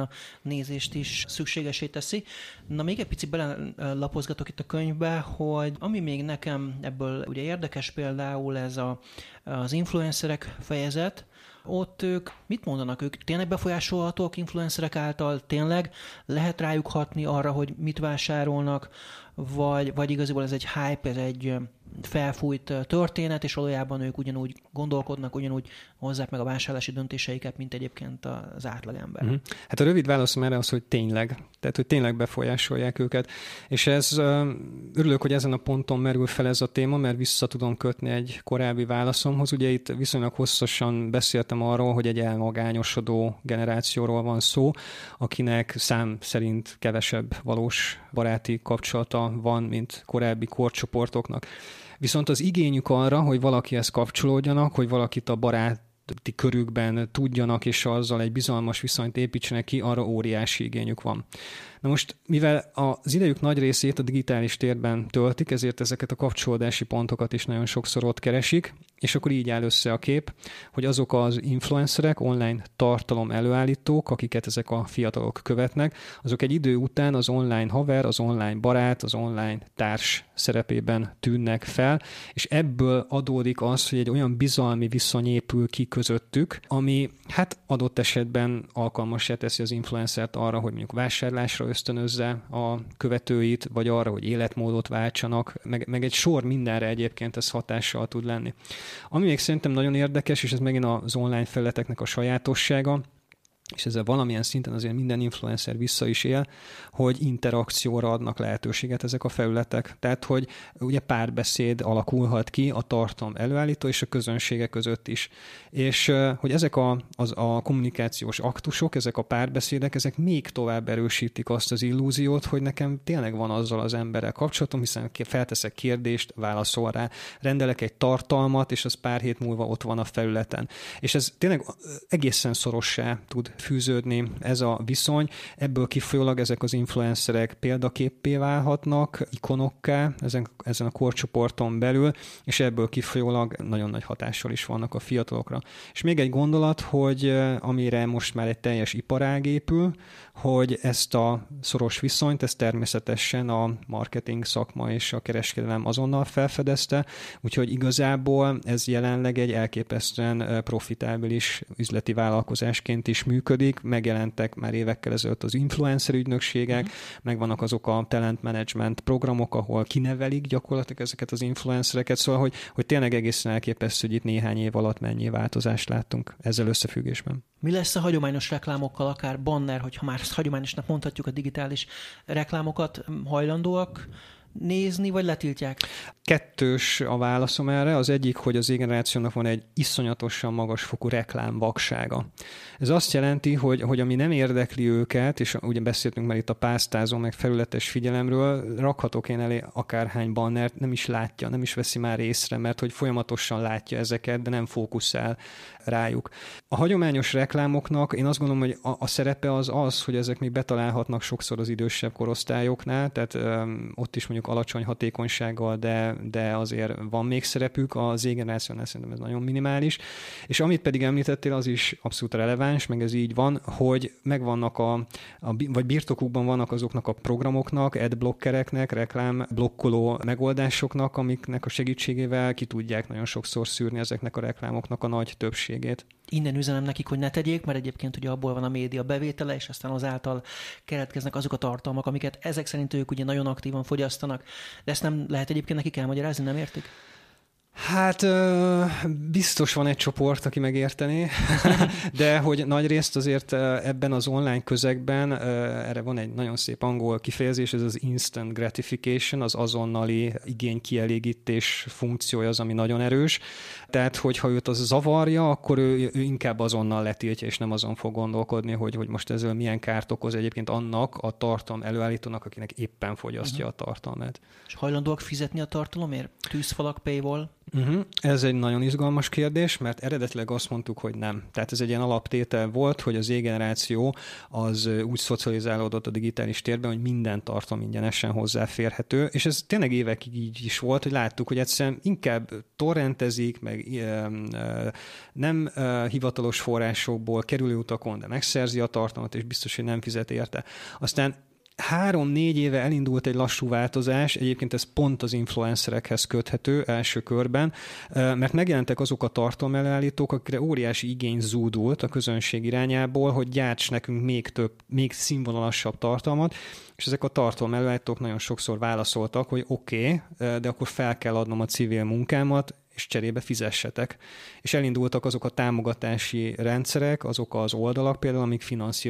S1: nézést is szükségesé teszi. Na, még egy picit belelapozgatok itt a könyvbe, hogy ami még nekem ebből ugye érdekes például ez a, az influencerek fejezet, ott ők mit mondanak? Ők tényleg befolyásolhatók influencerek által? Tényleg lehet rájuk hatni arra, hogy mit vásárolnak? Vagy, vagy igazából ez egy hype, ez egy felfújt történet, és valójában ők ugyanúgy gondolkodnak, ugyanúgy hozzák meg a vásárlási döntéseiket, mint egyébként az átlagember. Uh-huh.
S2: Hát a rövid válaszom erre az, hogy tényleg. Tehát, hogy tényleg befolyásolják őket. És ez, örülök, hogy ezen a ponton merül fel ez a téma, mert vissza tudom kötni egy korábbi válaszomhoz. Ugye itt viszonylag hosszasan beszéltem arról, hogy egy elmagányosodó generációról van szó, akinek szám szerint kevesebb valós baráti kapcsolata van, mint korábbi korcsoportoknak. Viszont az igényük arra, hogy valakihez kapcsolódjanak, hogy valakit a baráti körükben tudjanak, és azzal egy bizalmas viszonyt építsenek ki, arra óriási igényük van. Na most, mivel az idejük nagy részét a digitális térben töltik, ezért ezeket a kapcsolódási pontokat is nagyon sokszor ott keresik, és akkor így áll össze a kép, hogy azok az influencerek, online tartalom előállítók, akiket ezek a fiatalok követnek, azok egy idő után az online haver, az online barát, az online társ szerepében tűnnek fel, és ebből adódik az, hogy egy olyan bizalmi viszony épül ki közöttük, ami hát adott esetben alkalmassá teszi az influencert arra, hogy mondjuk vásárlásra ösztönözze a követőit, vagy arra, hogy életmódot váltsanak, meg, meg egy sor mindenre egyébként ez hatással tud lenni. Ami még szerintem nagyon érdekes, és ez megint az online felületeknek a sajátossága, és ezzel valamilyen szinten azért minden influencer vissza is él, hogy interakcióra adnak lehetőséget ezek a felületek. Tehát, hogy ugye párbeszéd alakulhat ki a tartalom előállító és a közönsége között is. És hogy ezek a, az, a kommunikációs aktusok, ezek a párbeszédek, ezek még tovább erősítik azt az illúziót, hogy nekem tényleg van azzal az emberrel kapcsolatom, hiszen felteszek kérdést, válaszol rá, rendelek egy tartalmat, és az pár hét múlva ott van a felületen. És ez tényleg egészen szorossá tud fűződni ez a viszony. Ebből kifolyólag ezek az influencerek példaképpé válhatnak, ikonokká ezen, ezen a korcsoporton belül, és ebből kifolyólag nagyon nagy hatással is vannak a fiatalokra. És még egy gondolat, hogy amire most már egy teljes iparág épül, hogy ezt a szoros viszonyt, ezt természetesen a marketing szakma és a kereskedelem azonnal felfedezte, úgyhogy igazából ez jelenleg egy elképesztően profitábilis üzleti vállalkozásként is működik. Megjelentek már évekkel ezelőtt az influencer ügynökségek, mm. megvannak azok a talent management programok, ahol kinevelik gyakorlatilag ezeket az influencereket, szóval, hogy, hogy tényleg egészen elképesztő, hogy itt néhány év alatt mennyi változást láttunk ezzel összefüggésben.
S1: Mi lesz a hagyományos reklámokkal, akár banner, hogyha már hagyományosnak mondhatjuk a digitális reklámokat, hajlandóak nézni, vagy letiltják?
S2: Kettős a válaszom erre. Az egyik, hogy az Z-generációnak van egy iszonyatosan magas fokú reklámvaksága. Ez azt jelenti, hogy, hogy ami nem érdekli őket, és ugye beszéltünk már itt a pásztázó, meg felületes figyelemről, rakhatok én elé akárhány bannert, nem is látja, nem is veszi már észre, mert hogy folyamatosan látja ezeket, de nem fókuszál rájuk. A hagyományos reklámoknak én azt gondolom, hogy a, a szerepe az az, hogy ezek még betalálhatnak sokszor az idősebb korosztályoknál, tehát öm, ott is mondjuk alacsony hatékonysággal, de, de azért van még szerepük, a Z-generációnál szerintem ez nagyon minimális. És amit pedig említettél, az is abszolút releváns, meg ez így van, hogy megvannak a, a vagy birtokukban vannak azoknak a programoknak, adblockereknek, reklámblokkoló megoldásoknak, amiknek a segítségével ki tudják nagyon sokszor szűrni ezeknek a reklámoknak a nagy többségét.
S1: Innen üzenem nekik, hogy ne tegyék, mert egyébként ugye abból van a média bevétele, és aztán azáltal keletkeznek azok a tartalmak, amiket ezek szerint ők ugye nagyon aktívan fogyasztanak. De ezt nem lehet egyébként nekik elmagyarázni, nem értik?
S2: Hát biztos van egy csoport, aki megértené, de hogy nagyrészt azért ebben az online közegben erre van egy nagyon szép angol kifejezés, ez az instant gratification, az azonnali igénykielégítés funkciója az, ami nagyon erős. Tehát, hogyha őt az zavarja, akkor ő, ő inkább azonnal letiltja, és nem azon fog gondolkodni, hogy, hogy most ezzel milyen kárt okoz egyébként annak a tartalom előállítónak, akinek éppen fogyasztja uh-huh. a tartalmát.
S1: És hajlandóak fizetni a tartalomért? Tűzfalak, paywall?
S2: Uh-huh. Ez egy nagyon izgalmas kérdés, mert eredetileg azt mondtuk, hogy nem. Tehát ez egy ilyen alaptétel volt, hogy az Z-generáció az úgy szocializálódott a digitális térben, hogy minden tartalom ingyenesen hozzáférhető, és ez tényleg évekig így is volt, hogy láttuk, hogy egyszerűen inkább torrentezik, meg nem hivatalos forrásokból, kerülőutakon, de megszerzi a tartalmat, és biztos, hogy nem fizet érte. Aztán Három-négy éve elindult egy lassú változás, egyébként ez pont az influencerekhez köthető első körben, mert megjelentek azok a tartalmelőállítók, akikre óriási igény zúdult a közönség irányából, hogy gyárts nekünk még több, még színvonalasabb tartalmat, és ezek a tartalmelőállítók nagyon sokszor válaszoltak, hogy oké, okay, de akkor fel kell adnom a civil munkámat, és cserébe fizessetek. És elindultak azok a támogatási rendszerek, azok az oldalak például, amik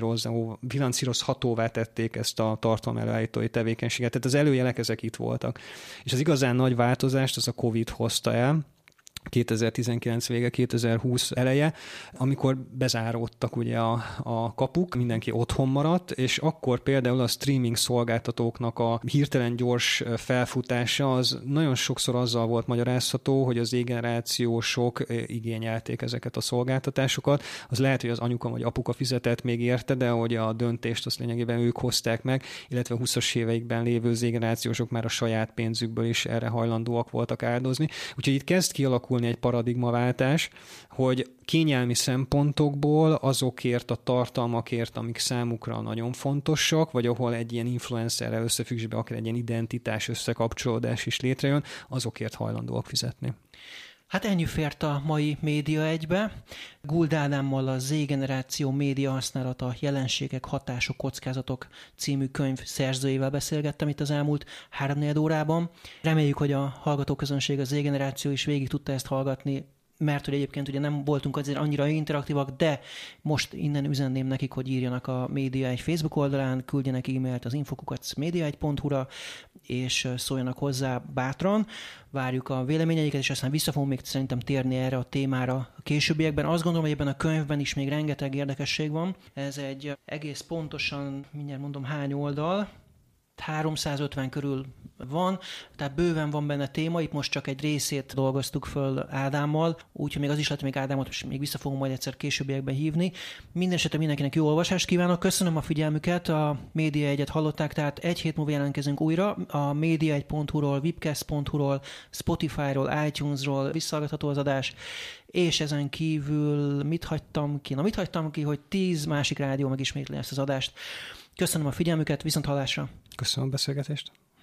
S2: finanszírozhatóvá tették ezt a tartalmelőállítói tevékenységet. Tehát az előjelek ezek itt voltak. És az igazán nagy változást az a Covid hozta el, kétezer-tizenkilenc vége, kétezer-húsz eleje, amikor bezáródtak ugye a, a kapuk, mindenki otthon maradt, és akkor például a streaming szolgáltatóknak a hirtelen gyors felfutása az nagyon sokszor azzal volt magyarázható, hogy az Z-generációsok igényelték ezeket a szolgáltatásokat. Az lehet, hogy az anyuka vagy apuka fizetett még érte, de hogy a döntést azt lényegében ők hozták meg, illetve a huszas éveikben lévő Z-generációsok már a saját pénzükből is erre hajlandóak voltak áldozni. Úgyhogy itt kezd kialakulni egy paradigmaváltás, hogy kényelmi szempontokból azokért a tartalmakért, amik számukra nagyon fontosak, vagy ahol egy ilyen influencerrel összefüggésben akár egy ilyen identitás összekapcsolódás is létrejön, azokért hajlandóak fizetni.
S1: Hát ennyi fért a mai Média egybe. Guld Ádámmal a Z-generáció média használata, jelenségek, hatások, kockázatok című könyv szerzőjével beszélgettem itt az elmúlt háromnegyed órában. Reméljük, hogy a hallgatóközönség, a Z-generáció is végig tudta ezt hallgatni, mert hogy egyébként ugye nem voltunk azért annyira interaktívak, de most innen üzenném nekik, hogy írjanak a Média egy Facebook oldalán, küldjenek e-mailt az infokukac média egy pont hu-ra, és szóljanak hozzá bátran. Várjuk a véleményeiket, és aztán vissza fogunk még szerintem térni erre a témára a későbbiekben. Azt gondolom, hogy ebben a könyvben is még rengeteg érdekesség van. Ez egy egész pontosan, mindjárt mondom hány oldal, háromszázötven körül van, tehát bőven van benne téma, itt most csak egy részét dolgoztuk föl Ádámmal, úgyhogy még az is lehet, hogy még Ádámot még vissza fogom majd egyszer későbbiekben hívni. Mindenesetre mindenkinek jó olvasást kívánok, köszönöm a figyelmüket, a Média egyet hallották, tehát egy hét múlva jelentkezünk újra, a média egy pont hu-ról, webcast pont hu-ról, Spotify-ról, iTunes-ról visszahallgatható az adás, és ezen kívül mit hagytam ki? Na mit hagytam ki, hogy tíz másik rádió megismétli ezt az adást. Köszönöm a figyelmüket, viszont hallásra!
S2: Köszönöm a beszélgetést!